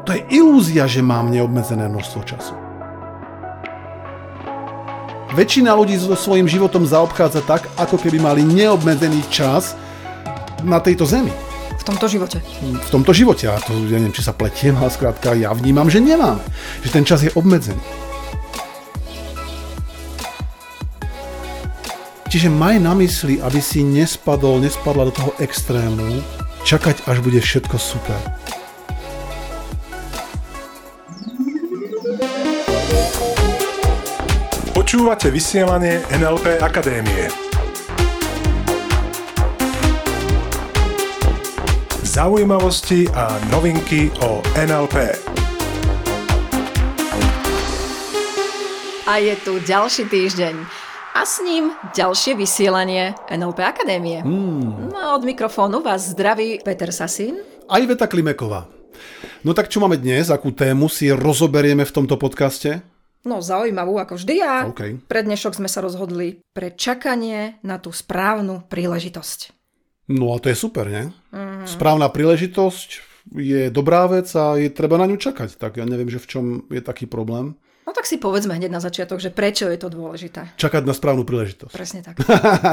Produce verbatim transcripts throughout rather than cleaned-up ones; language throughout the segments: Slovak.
To je ilúzia, že mám neobmedzené množstvo času. Väčšina ľudí so svojím životom zaobchádza tak, ako keby mali neobmedzený čas na tejto zemi. V tomto živote. V tomto živote. A to, ja neviem, či sa pletiem, ale skrátka ja vnímam, že nemáme. Že ten čas je obmedzený. Čiže maj na mysli, aby si nespadol, nespadla do toho extrému, čakať, až bude všetko super. Počúvate vysielanie en el pé Akadémie. Zaujímavosti a novinky o en el pé. A je tu ďalší týždeň. A s ním ďalšie vysielanie en el pé Akadémie. Mm. No a od mikrofónu vás zdraví Peter Sasín a Iveta Klimeková. No tak čo máme dnes? Akú tému si rozoberieme v tomto podcaste? No zaujímavú ako vždy a okay. Pre dnešok sme sa rozhodli pre čakanie na tú správnu príležitosť. No a to je super, nie? Mm. Správna príležitosť je dobrá vec a je treba na ňu čakať. Tak ja neviem, že v čom je taký problém. No tak si povedzme hneď na začiatok, že prečo je to dôležité. Čakať na správnu príležitosť. Presne tak.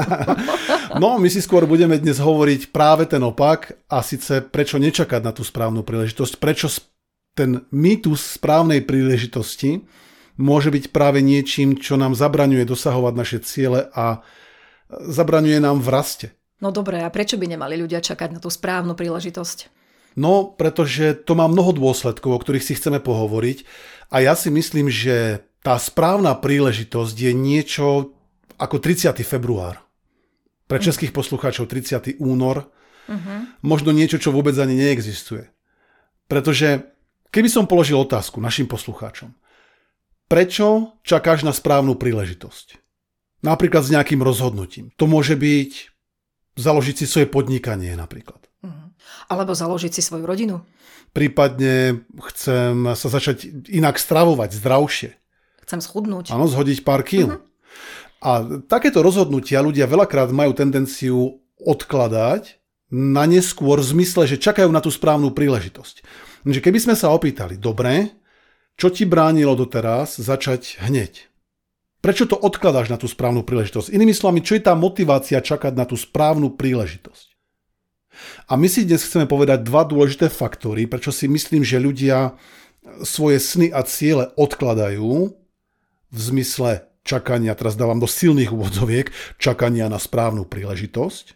No, my si skôr budeme dnes hovoriť práve ten opak a síce prečo nečakať na tú správnu príležitosť, prečo ten mýtus správnej príležitosti môže byť práve niečím, čo nám zabraňuje dosahovať naše ciele a zabraňuje nám v raste. No dobre, a prečo by nemali ľudia čakať na tú správnu príležitosť? No, pretože to má mnoho dôsledkov, o ktorých si chceme pohovoriť a ja si myslím, že tá správna príležitosť je niečo ako tridsiateho február. Pre českých poslucháčov tridsiateho únor. Uh-huh. Možno niečo, čo vôbec ani neexistuje. Pretože keby som položil otázku našim poslucháčom, prečo čakáš na správnu príležitosť? Napríklad s nejakým rozhodnutím. To môže byť založiť si svoje podnikanie napríklad. Alebo založiť si svoju rodinu. Prípadne chcem sa začať inak stravovať, zdravšie. Chcem schudnúť. Áno, zhodiť pár kíl. Uh-huh. A takéto rozhodnutia ľudia veľakrát majú tendenciu odkladať na neskôr v zmysle, že čakajú na tú správnu príležitosť. Takže keby sme sa opýtali, dobre, čo ti bránilo doteraz začať hneď? Prečo to odkladáš na tú správnu príležitosť? Inými slovami, čo je tá motivácia čakať na tú správnu príležitosť? A my si dnes chceme povedať dva dôležité faktory, prečo si myslím, že ľudia svoje sny a ciele odkladajú v zmysle čakania, teraz dávam do silných úvodzoviek, čakania na správnu príležitosť.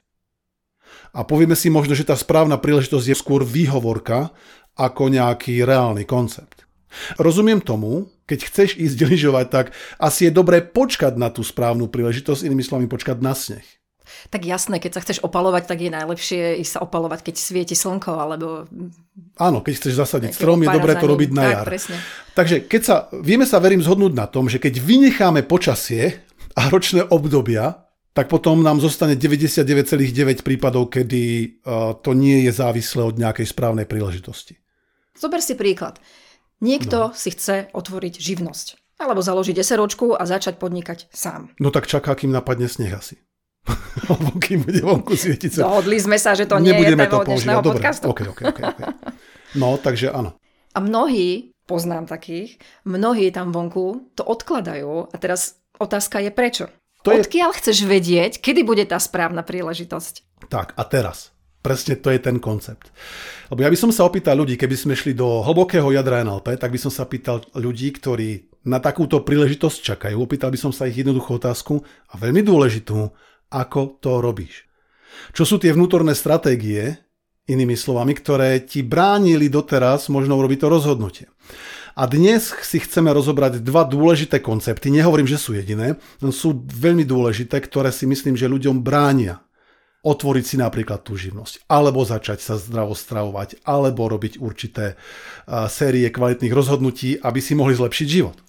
A povieme si možno, že tá správna príležitosť je skôr výhovorka ako nejaký reálny koncept. Rozumiem tomu, keď chceš ísť lyžovať, tak asi je dobré počkať na tú správnu príležitosť, inými slovami počkať na sneh. Tak jasné, keď sa chceš opalovať, tak je najlepšie ísť sa opalovať, keď svieti slnko, alebo... Áno, keď chceš zasadiť strom, je dobré to robiť na jar. Tak, presne. Takže keď sa, vieme sa verím zhodnúť na tom, že keď vynecháme počasie a ročné obdobia, tak potom nám zostane deväťdesiatdeväť celá deväť prípadov, kedy uh, to nie je závislé od nejakej správnej príležitosti. Zober si príklad. Niekto no. si chce otvoriť živnosť. Alebo založiť eseročku a začať podnikať sám. No tak čaká, kým napadne sneh asi. Alebo kým bude vonku svietiť sa. Dohodli sme sa, že to nie Nebudeme je téma dnešného Dobre, podcastu. Okay, okay, okay, okay. No, takže áno. A mnohí, poznám takých, mnohí tam vonku to odkladajú. A teraz otázka je prečo? To Odkiaľ je... chceš vedieť, kedy bude tá správna príležitosť? Tak, a teraz. Presne to je ten koncept. Lebo ja by som sa opýtal ľudí, keby sme šli do hlbokého jadra en el pé, tak by som sa pýtal ľudí, ktorí na takúto príležitosť čakajú. Opýtal by som sa ich jednoduchú otázku a veľmi dôležitú, ako to robíš. Čo sú tie vnútorné stratégie, inými slovami, ktoré ti bránili doteraz možno urobiť to rozhodnutie. A dnes si chceme rozobrať dva dôležité koncepty. Nehovorím, že sú jediné, no sú veľmi dôležité, ktoré si myslím, že ľuďom bránia otvoriť si napríklad tú živnosť, alebo začať sa zdravo stravovať, alebo robiť určité uh, série kvalitných rozhodnutí, aby si mohli zlepšiť život.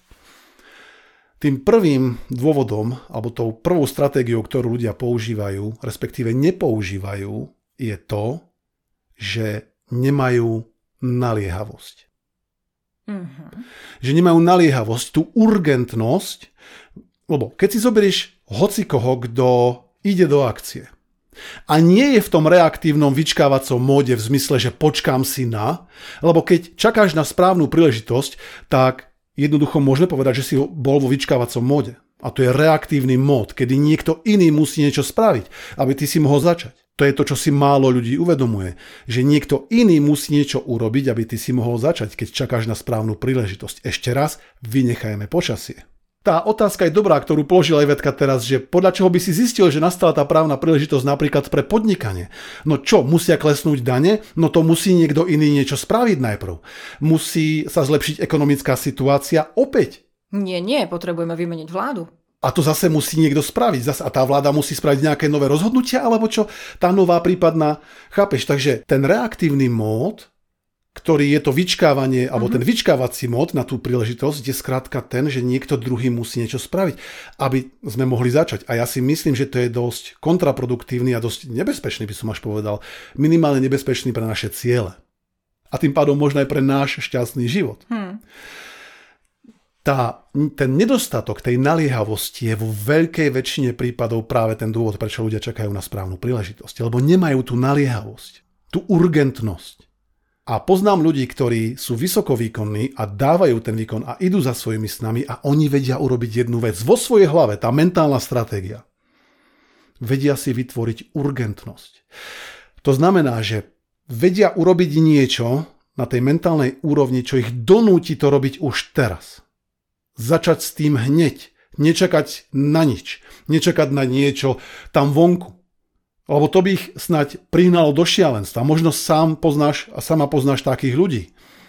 Tým prvým dôvodom, alebo tou prvou stratégiou, ktorú ľudia používajú, respektíve nepoužívajú, je to, že nemajú naliehavosť. Mm-hmm. Že nemajú naliehavosť, tú urgentnosť, lebo keď si zoberieš hocikoho, kto ide do akcie, A nie je v tom reaktívnom vyčkávacom móde v zmysle, že počkám si na, lebo keď čakáš na správnu príležitosť, tak jednoducho môžeme povedať, že si bol vo vyčkávacom móde. A to je reaktívny mód, kedy niekto iný musí niečo spraviť, aby ty si mohol začať. To je to, čo si málo ľudí uvedomuje, že niekto iný musí niečo urobiť, aby ty si mohol začať, keď čakáš na správnu príležitosť. Ešte raz, vynechajme počasie. Tá otázka je dobrá, ktorú položila Ivetka teraz, že podľa čoho by si zistil, že nastala tá právna príležitosť napríklad pre podnikanie. No čo, musia klesnúť dane? No to musí niekto iný niečo spraviť najprv. Musí sa zlepšiť ekonomická situácia opäť. Nie, nie, potrebujeme vymeniť vládu. A to zase musí niekto spraviť. Zase, a tá vláda musí spraviť nejaké nové rozhodnutia, alebo čo? Tá nová prípadná, chápeš? Takže ten reaktívny mód, ktorý je to vyčkávanie, alebo ten vyčkávací mód na tú príležitosť, je skrátka ten, že niekto druhý musí niečo spraviť, aby sme mohli začať. A ja si myslím, že to je dosť kontraproduktívny a dosť nebezpečný, by som až povedal, minimálne nebezpečný pre naše ciele. A tým pádom možno aj pre náš šťastný život. Hmm. Tá, ten nedostatok tej naliehavosti je vo veľkej väčšine prípadov práve ten dôvod, prečo ľudia čakajú na správnu príležitosť. Lebo nemajú tú naliehavosť, tú urgentnosť. A poznám ľudí, ktorí sú vysoko výkonní a dávajú ten výkon a idú za svojimi snami a oni vedia urobiť jednu vec. Vo svojej hlave, tá mentálna stratégia. Vedia si vytvoriť urgentnosť. To znamená, že vedia urobiť niečo na tej mentálnej úrovni, čo ich donúti to robiť už teraz. Začať s tým hneď. Nečakať na nič. Nečakať na niečo tam vonku. Lebo to by ich snáď prihnalo do šialenstva. Možno sám poznáš a sama poznáš takých ľudí.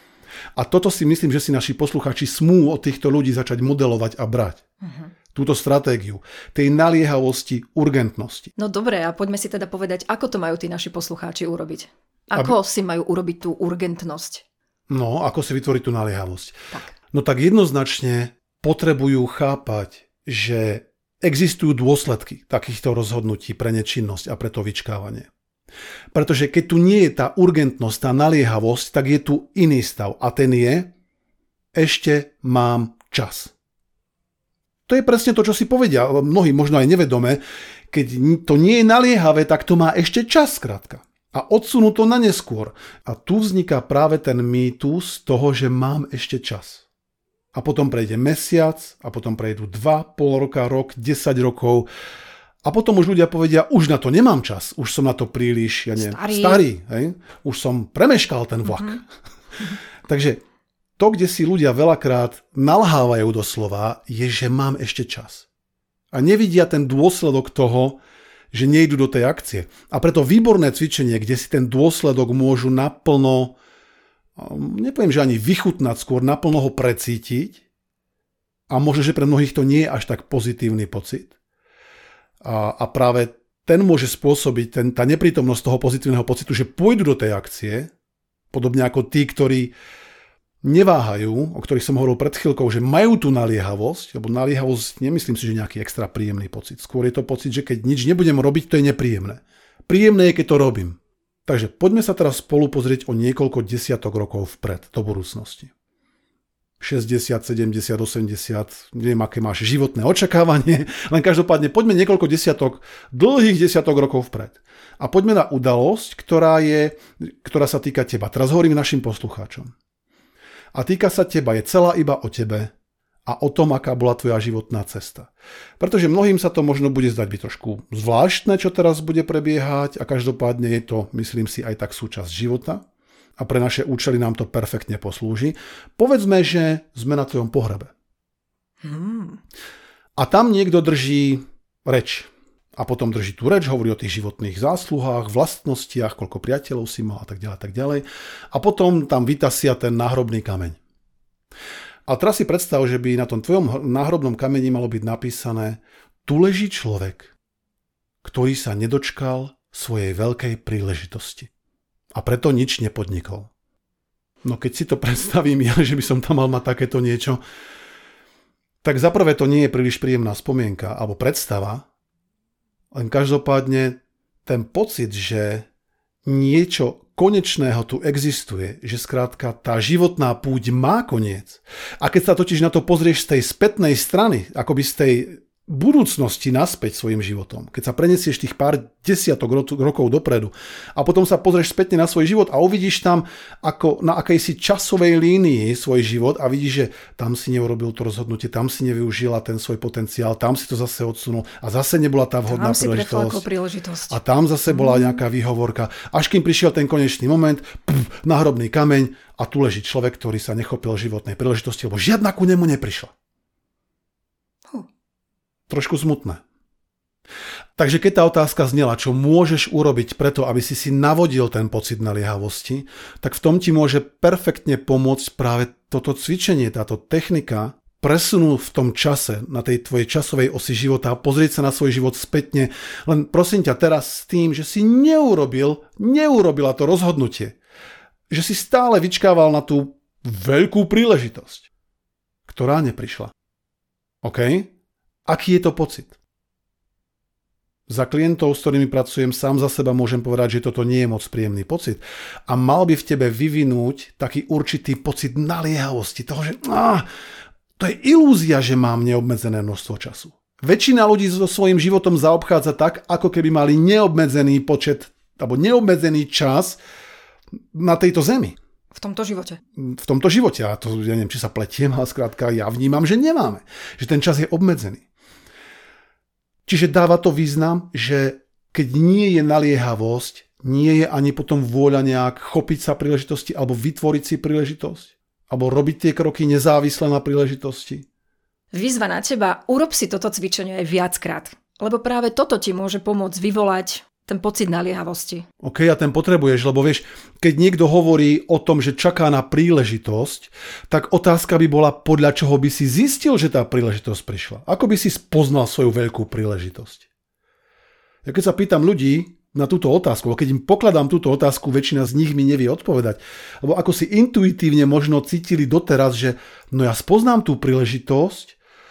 A toto si myslím, že si naši posluchači smú od týchto ľudí začať modelovať a brať. Uh-huh. Túto stratégiu. Tej naliehavosti, urgentnosti. No dobre, a poďme si teda povedať, ako to majú tí naši poslucháči urobiť. Ako Aby... si majú urobiť tú urgentnosť? No, ako si vytvoriť tú naliehavosť. Tak. No tak jednoznačne potrebujú chápať, že existujú dôsledky takýchto rozhodnutí pre nečinnosť a pre to vyčkávanie. Pretože keď tu nie je tá urgentnosť, tá naliehavosť, tak je tu iný stav. A ten je, ešte mám čas. To je presne to, čo si povedia. Mnohí možno aj nevedome. Keď to nie je naliehavé, tak to má ešte čas, skrátka. A odsunú to na neskôr. A tu vzniká práve ten mýtus toho, že mám ešte čas. A potom prejde mesiac, a potom prejdú dva, pol roka, rok, desať rokov. A potom už ľudia povedia, už na to nemám čas. Už som na to príliš, ja neviem, starý. starý hej? Už som premeškal ten vlak. Mm-hmm. Takže to, kde si ľudia veľakrát nalhávajú doslova, je, že mám ešte čas. A nevidia ten dôsledok toho, že nejdu do tej akcie. A preto výborné cvičenie, kde si ten dôsledok môžu naplno, nepoviem, že ani vychutnať, skôr naplno ho precítiť. A možno, že pre mnohých to nie je až tak pozitívny pocit. A, a práve ten môže spôsobiť, ten, tá neprítomnosť toho pozitívneho pocitu, že pôjdu do tej akcie, podobne ako tí, ktorí neváhajú, o ktorých som hovoril pred chvíľkou, že majú tú naliehavosť, lebo naliehavosť nemyslím si, že nejaký extra príjemný pocit. Skôr je to pocit, že keď nič nebudem robiť, to je nepríjemné. Príjemné je, keď to robím. Takže poďme sa teraz spolu pozrieť o niekoľko desiatok rokov vpred, do budúcnosti. šesťdesiat, sedemdesiat, osemdesiat, neviem, aké máš životné očakávanie, len každopádne poďme niekoľko desiatok, dlhých desiatok rokov vpred. A poďme na udalosť, ktorá, je, ktorá sa týka teba. Teraz hovorím našim poslucháčom. A týka sa teba, je celá iba o tebe a o tom, aká bola tvoja životná cesta. Pretože mnohým sa to možno bude zdať byť trošku zvláštne, čo teraz bude prebiehať a každopádne je to, myslím si, aj tak súčasť života a pre naše účely nám to perfektne poslúži. Povedzme, že sme na tvojom pohrebe. Hmm. A tam niekto drží reč. A potom drží tú reč, hovorí o tých životných zásluhách, vlastnostiach, koľko priateľov si mal a tak ďalej, tak ďalej. A potom tam vytasia ten náhrobný kameň. A teraz si predstav, že by na tom tvojom náhrobnom kameni malo byť napísané: tu leží človek, ktorý sa nedočkal svojej veľkej príležitosti. A preto nič nepodnikol. No keď si to predstavím ja, že by som tam mal mať takéto niečo, tak zaprvé to nie je príliš príjemná spomienka alebo predstava, len každopádne ten pocit, že niečo konečného tu existuje, že skrátka tá životná púť má koniec. A keď sa totiž na to pozrieš z tej spätnej strany, akoby z tej budúcnosti naspäť svojim životom, keď sa prenesieš tých pár desiatok ro- rokov dopredu a potom sa pozrieš spätne na svoj život a uvidíš tam ako na akejsi časovej línii svoj život a vidíš, že tam si neurobil to rozhodnutie, tam si nevyužila ten svoj potenciál, tam si to zase odsunul a zase nebola tá vhodná príležitosť. príležitosť. A tam zase bola nejaká výhovorka. Až kým prišiel ten konečný moment, pff, nahrobný kameň a tu leží človek, ktorý sa nechopil životnej príležitosti, lebo žiadna ku nemu neprišla. Trošku smutné. Takže keď tá otázka znela, čo môžeš urobiť preto, aby si si navodil ten pocit naliehavosti, tak v tom ti môže perfektne pomôcť práve toto cvičenie, táto technika presunúť v tom čase, na tej tvojej časovej osi života a pozrieť sa na svoj život spätne. Len prosím ťa teraz s tým, že si neurobil, neurobila to rozhodnutie. Že si stále vyčkával na tú veľkú príležitosť, ktorá neprišla. OK? Aký je to pocit? Za klientov, s ktorými pracujem, sám za seba môžem povedať, že toto nie je moc príjemný pocit a mal by v tebe vyvinúť taký určitý pocit naliehavosti, toho, že á, to je ilúzia, že mám neobmedzené množstvo času. Väčšina ľudí so svojím životom zaobchádza tak, ako keby mali neobmedzený počet alebo neobmedzený čas na tejto zemi. V tomto živote. V tomto živote. A to, ja neviem, či sa pletiem, ale skrátka ja vnímam, že nemáme. Že ten čas je obmedzený. Čiže dáva to význam, že keď nie je naliehavosť, nie je ani potom vôľa nejak chopiť sa príležitosti alebo vytvoriť si príležitosť, alebo robiť tie kroky nezávisle na príležitosti. Výzva na teba, urob si toto cvičenie aj viackrát, lebo práve toto ti môže pomôcť vyvolať ten pocit naliehavosti. OK, a ten potrebuješ, lebo vieš, keď niekto hovorí o tom, že čaká na príležitosť, tak otázka by bola, podľa čoho by si zistil, že tá príležitosť prišla. Ako by si spoznal svoju veľkú príležitosť? Ja keď sa pýtam ľudí na túto otázku, keď im pokladám túto otázku, väčšina z nich mi nevie odpovedať. Lebo ako si intuitívne možno cítili doteraz, že no ja spoznám tú príležitosť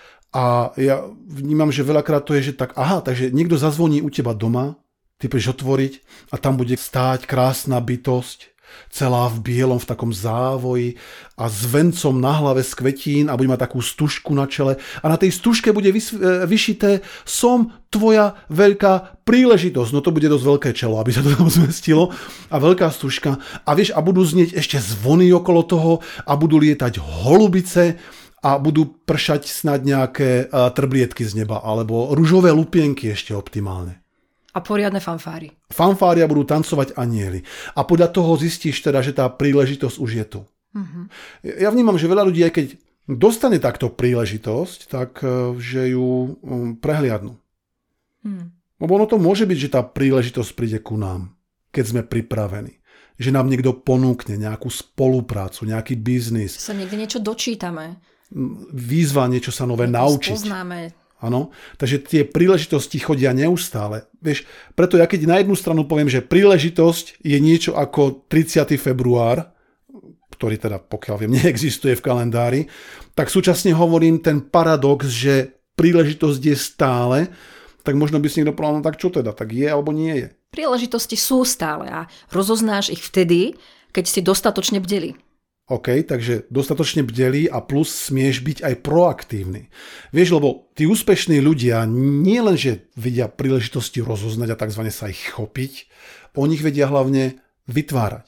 a ja vnímam, že veľakrát to je, že tak aha, takže niekto zazvoní u teba doma, ty prídeš otvoriť a tam bude stáť krásna bytosť, celá v bielom, v takom závoji a s vencom na hlave z kvetín a bude mať takú stužku na čele a na tej stužke bude vys- vyšité som tvoja veľká príležitosť. No to bude dosť veľké čelo, aby sa to tam zmestilo a veľká stužka a vieš, a budú znieť ešte zvony okolo toho a budú lietať holubice a budú pršať snad nejaké uh, trblietky z neba alebo ružové lupienky ešte optimálne. A poriadne fanfáry. Fanfária budú tancovať anjeli. A podľa toho zistíš teda, že tá príležitosť už je tu. Uh-huh. Ja vnímam, že veľa ľudí, aj keď dostane takto príležitosť, tak že ju prehliadnú. Uh-huh. Lebo ono to môže byť, že tá príležitosť príde ku nám, keď sme pripravení. Že nám niekto ponúkne nejakú spoluprácu, nejaký biznis. Sa niekde niečo dočítame. Výzva niečo sa nové naučiť. Spoznáme. Áno, takže tie príležitosti chodia neustále. Vieš, preto ja keď na jednu stranu poviem, že príležitosť je niečo ako tridsiateho február, ktorý teda pokiaľ viem neexistuje v kalendári, tak súčasne hovorím ten paradox, že príležitosť je stále, tak možno by si niekto povedal, no tak čo teda, tak je alebo nie je. Príležitosti sú stále a rozoznáš ich vtedy, keď si dostatočne bdeli. OK, takže dostatočne bdelí a plus smieš byť aj proaktívny. Vieš, lebo tí úspešní ľudia nie len, že vedia príležitosti rozoznať a takzvané sa ich chopiť, oni ich vedia hlavne vytvárať.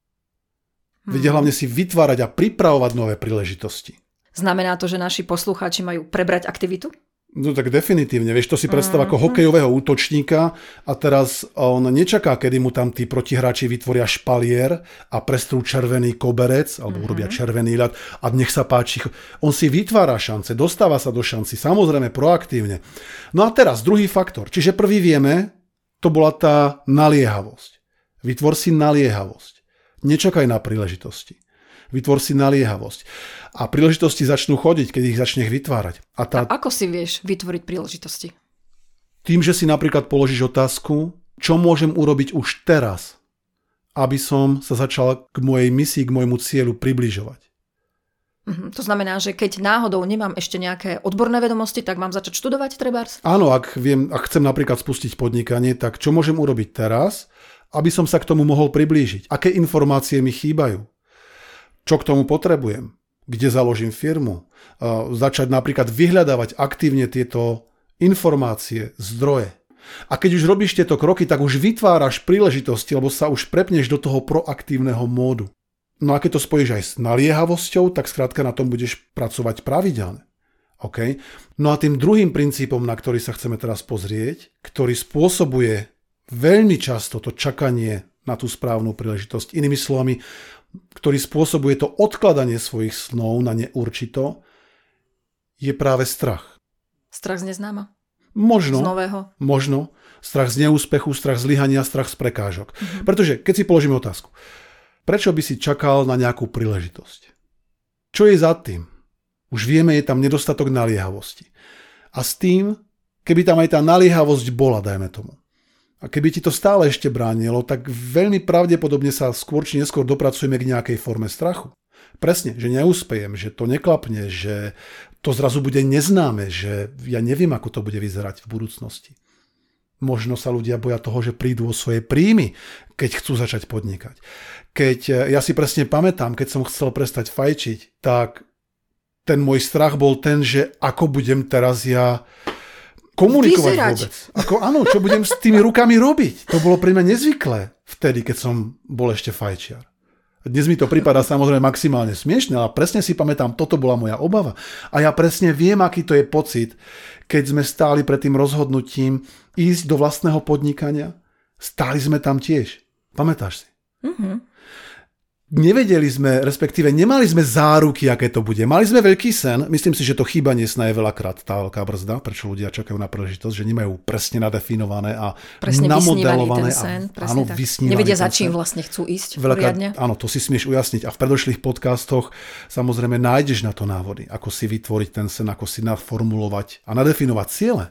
Hmm. Vedia hlavne si vytvárať a pripravovať nové príležitosti. Znamená to, že naši poslucháči majú prebrať aktivitu? No tak definitívne, vieš, to si predstav ako hokejového útočníka a teraz on nečaká, kedy mu tam tí protihráči vytvoria špalier a prestrú červený koberec alebo urobia červený ľad a nech sa páči. On si vytvára šance, dostáva sa do šanci, samozrejme proaktívne. No a teraz druhý faktor, čiže prvý vieme, to bola tá naliehavosť. Vytvor si naliehavosť. Nečakaj na príležitosti. Vytvor si naliehavosť. A príležitosti začnú chodiť, keď ich začneš vytvárať. A, tá... a ako si vieš vytvoriť príležitosti? Tým, že si napríklad položíš otázku, čo môžem urobiť už teraz, aby som sa začal k mojej misii, k môjmu cieľu približovať. Mhm, to znamená, že keď náhodou nemám ešte nejaké odborné vedomosti, tak mám začať študovať trebárs? Áno, ak, viem, ak chcem napríklad spustiť podnikanie, tak čo môžem urobiť teraz, aby som sa k tomu mohol priblížiť? Aké informácie mi chýbajú? Čo k tomu potrebujem? Kde založím firmu? Začať napríklad vyhľadávať aktívne tieto informácie, zdroje. A keď už robíš tieto kroky, tak už vytváraš príležitosti, lebo sa už prepneš do toho proaktívneho módu. No a keď to spojíš aj s naliehavosťou, tak skrátka na tom budeš pracovať pravidelne. Okay? No a tým druhým princípom, na ktorý sa chceme teraz pozrieť, ktorý spôsobuje veľmi často to čakanie na tú správnu príležitosť, inými slovami, ktorý spôsobuje to odkladanie svojich snov na neurčito, je práve strach. Strach z neznáma? Možno. Z nového? Možno. Strach z neúspechu, strach z zlyhania, strach z prekážok. Mhm. Pretože keď si položíme otázku, prečo by si čakal na nejakú príležitosť? Čo je za tým? Už vieme, je tam nedostatok naliehavosti. A s tým, keby tam aj tá naliehavosť bola, dajme tomu, a keby ti to stále ešte bránilo, tak veľmi pravdepodobne sa skôr či neskôr dopracujeme k nejakej forme strachu. Presne, že neúspejem, že to neklapne, že to zrazu bude neznáme, že ja neviem, ako to bude vyzerať v budúcnosti. Možno sa ľudia boja toho, že prídu o svoje príjmy, keď chcú začať podnikať. Keď ja si presne pamätám, keď som chcel prestať fajčiť, tak ten môj strach bol ten, že ako budem teraz ja komunikovať vyzerať. Vôbec. Ako, áno, čo budem s tými rukami robiť? To bolo pre mňa nezvyklé vtedy, keď som bol ešte fajčiar. Dnes mi to prípada samozrejme maximálne smiešne, ale presne si pamätám, toto bola moja obava. A ja presne viem, aký to je pocit, keď sme stáli pred tým rozhodnutím ísť do vlastného podnikania. Stáli sme tam tiež. Pamätáš si? Mhm. Nevedeli sme, respektíve nemali sme záruky, aké to bude. Mali sme veľký sen. Myslím si, že to chýbanie sna je veľakrát tá veľká brzda, prečo ľudia čakajú na príležitosť, že nemajú presne nadefinované a presne namodelované. Presne sen, a, presne áno, tak. vysnívaný Nevedia, ten za čím sen. vlastne chcú ísť Veľakrát, poriadne. áno, to si smieš ujasniť. A v predošlých podcastoch samozrejme nájdeš na to návody, ako si vytvoriť ten sen, ako si naformulovať a nadefinovať ciele.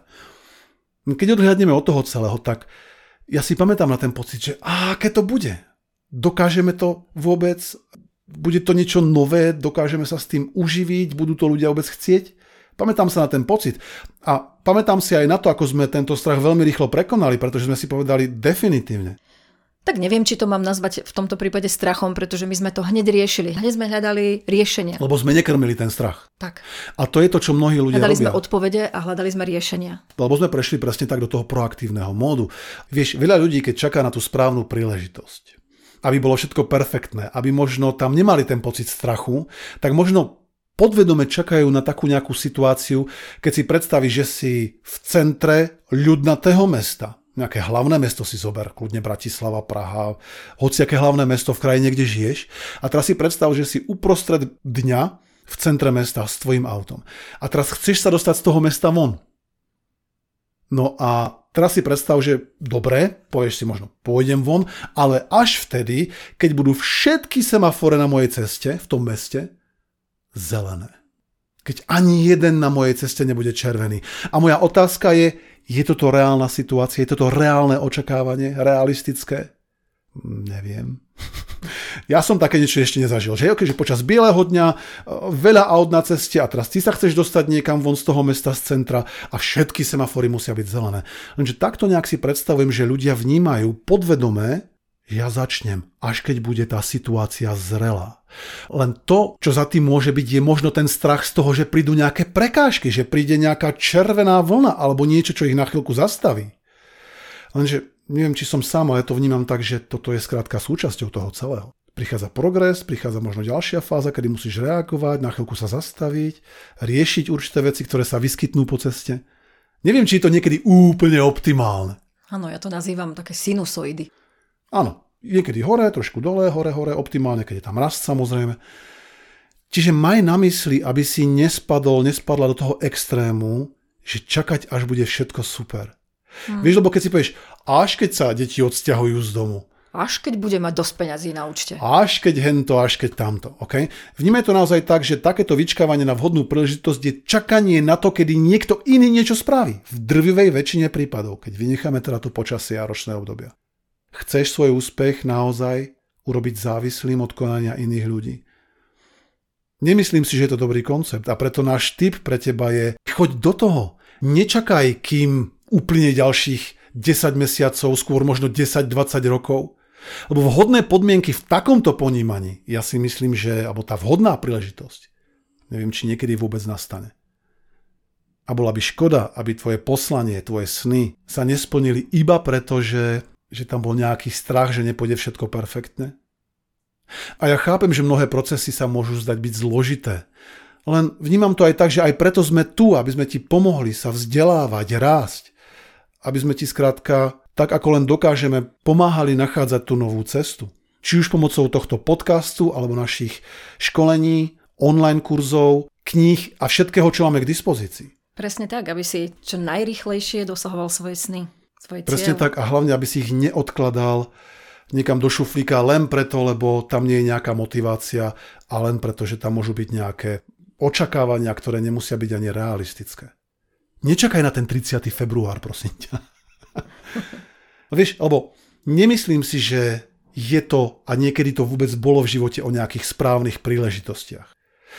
Keď odhľadneme od toho celého, tak ja si pamätám na ten pocit, že á, aké to bude. Dokážeme to vôbec... Bude to niečo nové, dokážeme sa s tým uživiť, budú to ľudia vôbec chcieť? Pamätám sa na ten pocit. A pamätám si aj na to, ako sme tento strach veľmi rýchlo prekonali, pretože sme si povedali definitívne. Tak neviem, či to mám nazvať v tomto prípade strachom, pretože my sme to hneď riešili. Hneď sme hľadali riešenia. Lebo sme nekrmili ten strach. Tak. A to je to, čo mnohí ľudia hľadali robia. Hľadali sme odpovede a hľadali sme riešenia. Lebo sme prešli presne tak do toho proaktívneho módu. Vieš, veľa ľudí, keď čaká na tú správnu príležitosť, aby bolo všetko perfektné, aby možno tam nemali ten pocit strachu, tak možno podvedome čakajú na takú nejakú situáciu, keď si predstavíš, že si v centre ľudnatého mesta, nejaké hlavné mesto si zober, kľudne Bratislava, Praha, hociaké hlavné mesto v krajine, kde žiješ, a teraz si predstav, že si uprostred dňa v centre mesta s tvojim autom. A teraz chceš sa dostať z toho mesta von. No a teraz si predstav, že dobre, povieš si možno, pôjdem von, ale až vtedy, keď budú všetky semafory na mojej ceste, v tom meste, zelené. Keď ani jeden na mojej ceste nebude červený. A moja otázka je, je toto reálna situácia, je toto reálne očakávanie, realistické? Neviem. Ja som také niečo ešte nezažil. Že, okay, že počas bieleho dňa veľa aut na ceste a teraz ty sa chceš dostať niekam von z toho mesta, z centra a všetky semafory musia byť zelené. Lenže takto nejak si predstavujem, že ľudia vnímajú podvedomé, že ja začnem, až keď bude tá situácia zrelá. Len to, čo za tým môže byť, je možno ten strach z toho, že prídu nejaké prekážky, že príde nejaká červená vlna alebo niečo, čo ich na chvíľku zastaví. Lenže neviem, či som sám, ale to vnímam tak, že toto je skrátka súčasťou toho celého. Prichádza progres, prichádza možno ďalšia fáza, kedy musíš reagovať, na chvíľku sa zastaviť, riešiť určité veci, ktoré sa vyskytnú po ceste. Neviem, či je to niekedy úplne optimálne. Áno, ja to nazývam také sinusoidy. Áno, niekedy hore, trošku dole, hore, hore, optimálne, keď je tam rast samozrejme. Čiže maj na mysli, aby si nespadol, nespadla do toho extrému, že čakať, až bude všetko super. Hmm. Vieš, lebo keď si povieš, až keď sa deti odsťahujú z domu, až keď bude mať dosť peňazí na účte. Až keď hento, až keď tamto. Okay? Vnímaj to naozaj tak, že takéto vyčkávanie na vhodnú príležitosť je čakanie na to, kedy niekto iný niečo spraví. V drvivej väčšine prípadov, keď vynecháme teda to počasie a ročné obdobia. Chceš svoj úspech naozaj urobiť závislým od konania iných ľudí? Nemyslím si, že je to dobrý koncept a preto náš tip pre teba je choď do toho. Nečakaj, kým uplyne ďalších desať mesiacov, skôr možno desať dvadsať rokov. Lebo vhodné podmienky v takomto ponímaní, ja si myslím, že, alebo tá vhodná príležitosť, neviem, či niekedy vôbec nastane. A bola by škoda, aby tvoje poslanie, tvoje sny sa nesplnili iba preto, že, že tam bol nejaký strach, že nepôjde všetko perfektne. A ja chápem, že mnohé procesy sa môžu zdať byť zložité. Len vnímam to aj tak, že aj preto sme tu, aby sme ti pomohli sa vzdelávať, rásť. Aby sme ti skrátka, tak ako len dokážeme, pomáhali nachádzať tú novú cestu. Či už pomocou tohto podcastu, alebo našich školení, online kurzov, kníh a všetkého, čo máme k dispozícii. Presne tak, aby si čo najrýchlejšie dosahoval svoje sny, svoje cieľ. Presne tak a hlavne, aby si ich neodkladal niekam do šuflíka len preto, lebo tam nie je nejaká motivácia a len preto, že tam môžu byť nejaké očakávania, ktoré nemusia byť ani realistické. Nečakaj na ten tridsiateho február, prosím ťa. Vieš, alebo nemyslím si, že je to a niekedy to vôbec bolo v živote o nejakých správnych príležitostiach.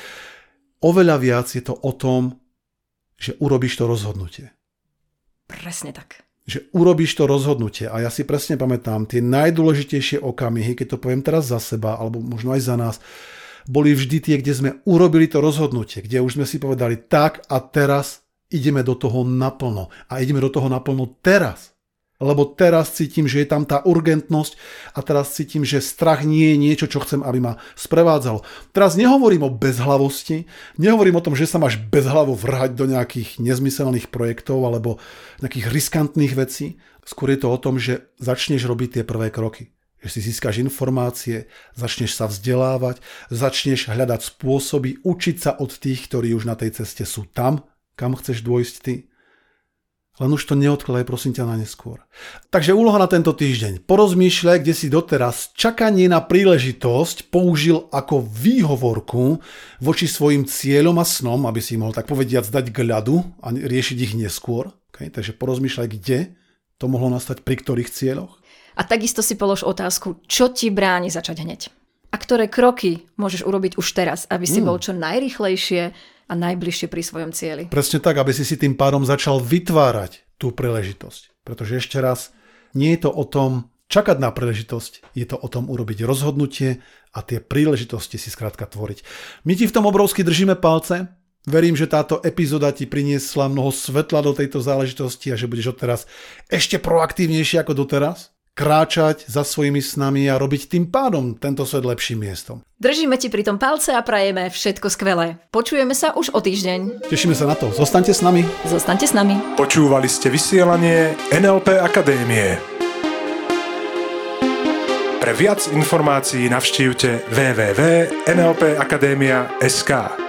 Oveľa viac je to o tom, že urobíš to rozhodnutie. Presne tak. Že urobíš to rozhodnutie. A ja si presne pamätám, tie najdôležitejšie okamihy, keď to poviem teraz za seba, alebo možno aj za nás, boli vždy tie, kde sme urobili to rozhodnutie, kde už sme si povedali tak a teraz ideme do toho naplno. A ideme do toho naplno teraz. Lebo teraz cítim, že je tam tá urgentnosť a teraz cítim, že strach nie je niečo, čo chcem, aby ma sprevádzalo. Teraz nehovorím o bezhlavosti, nehovorím o tom, že sa máš bezhlavo vrhať do nejakých nezmyselných projektov alebo nejakých riskantných vecí. Skôr je to o tom, že začneš robiť tie prvé kroky. Že si získaš informácie, začneš sa vzdelávať, začneš hľadať spôsoby, učiť sa od tých, ktorí už na tej ceste sú tam, kam chceš dôjsť ty. Len už to neodkladaj, prosím ťa, na neskôr. Takže úloha na tento týždeň. Porozmýšľaj, kde si doteraz čakanie na príležitosť použil ako výhovorku voči svojim cieľom a snom, aby si ich mohol tak povediac dať k ľadu a riešiť ich neskôr. Okay? Takže porozmýšľaj, kde to mohlo nastať, pri ktorých cieľoch. A takisto si polož otázku, čo ti bráni začať hneď. A ktoré kroky môžeš urobiť už teraz, aby si mm. bol čo najrýchlejšie a najbližšie pri svojom cieli. Presne tak, aby si si tým pádom začal vytvárať tú príležitosť. Pretože ešte raz, nie je to o tom čakať na príležitosť, je to o tom urobiť rozhodnutie a tie príležitosti si skrátka tvoriť. My ti v tom obrovsky držíme palce. Verím, že táto epizóda ti priniesla mnoho svetla do tejto záležitosti a že budeš odteraz ešte proaktívnejšie ako doteraz. Kráčať za svojimi snami a robiť tým pádom tento svet lepším miestom. Držíme ti pri tom palce a prajeme všetko skvelé. Počujeme sa už o týždeň. Tešíme sa na to. Zostaňte s nami. Zostaňte s nami. Počúvali ste vysielanie en el pé Akadémie. Pre viac informácií navštívte w w w bodka en el pé akadémia bodka es ká.